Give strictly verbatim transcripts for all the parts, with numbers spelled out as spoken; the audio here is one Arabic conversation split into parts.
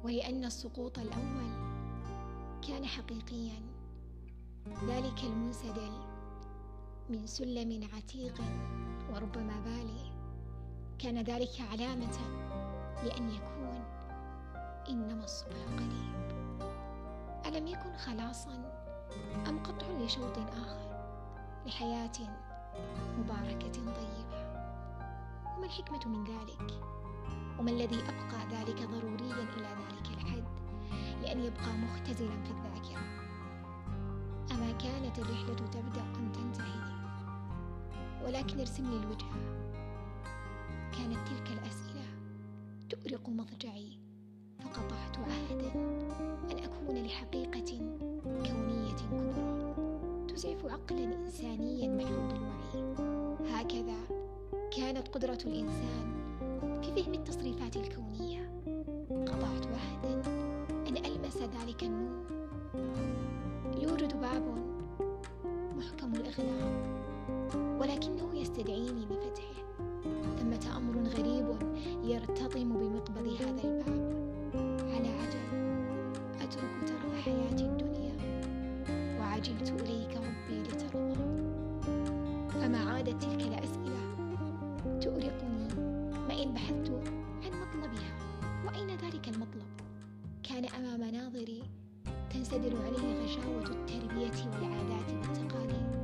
ولأن السقوط الأول كان حقيقياً، ذلك المنسدل من سلم عتيق وربما بالي، كان ذلك علامة لأن يكون إنما الصبح قريب. ألم يكن خلاصاً أم قطع لشوط آخر لحياة مباركة طيبة؟ وما الحكمة من ذلك؟ وما الذي أبقى ذلك ضرورياً إلى ذلك الحد لأن يبقى مختزلاً في الذاكرة؟ أما كانت الرحلة تبدأ أم تنتهي؟ ولكن ارسم لي الوجهة. كانت تلك الأسئلة تؤرق مضجعي، فقطعت عهداً أن أكون لحقيقة كونية كبرى تسعف عقلاً إنسانياً محدود الوعي. هكذا كانت قدرة الإنسان في فهم التصريفات الكونية. قطعت عهداً أن ألمس ذلك النور. يوجد باب محكم الإغلاق ولكنه يستدعيني بفتحه. ثمة أمر غريب يرتطم بمقبض هذا الباب. على عجل أترك ترف حياة الدنيا وعجلت إليك ربي لترضى. فما عادت تلك الأسئلة تؤرقني ما إن بحثت عن مطلبها. وأين ذلك المطلب؟ كان أمام ناظري تنسدل عليه غشاوة التربية والعادات والتقاليد.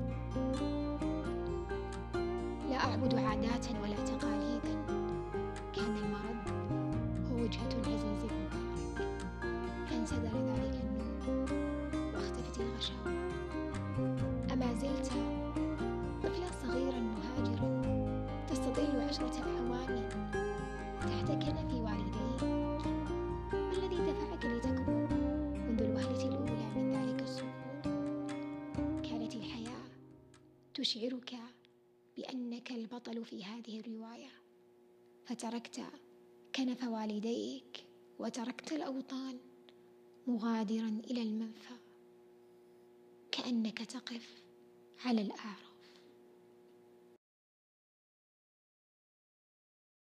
لا أعبد عادات ولا تقاليدا. كان المرد هو وجهة العزيز المبارك. فانسدل ذلك النور واختفت الغشاوة. أما زلت طفلا صغيرا مهاجرا تستظل عشرة أعوام تحت كنف والديك. ما الذي دفعك لتكبر منذ الوهلة الأولى من ذلك السقوط؟ كانت الحياة تشعرك بأنك البطل في هذه الرواية، فتركت كنف والديك وتركت الأوطان مغادرا إلى المنفى، كأنك تقف على الأعراض.